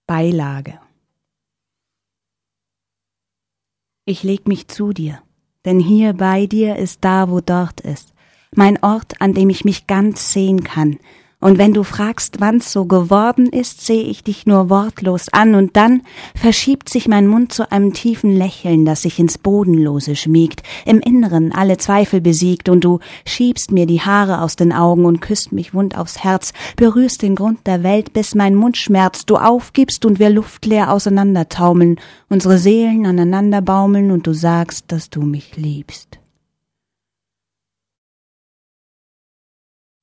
Beilage. Ich leg mich zu dir, denn hier bei dir ist da, wo dort ist, mein Ort, an dem ich mich ganz sehen kann. Und wenn du fragst, wann's so geworden ist, seh ich dich nur wortlos an, und dann verschiebt sich mein Mund zu einem tiefen Lächeln, das sich ins Bodenlose schmiegt, im Inneren alle Zweifel besiegt, und du schiebst mir die Haare aus den Augen und küsst mich wund aufs Herz, berührst den Grund der Welt, bis mein Mund schmerzt, du aufgibst und wir luftleer auseinandertaumeln, unsere Seelen aneinander baumeln, und du sagst, dass du mich liebst.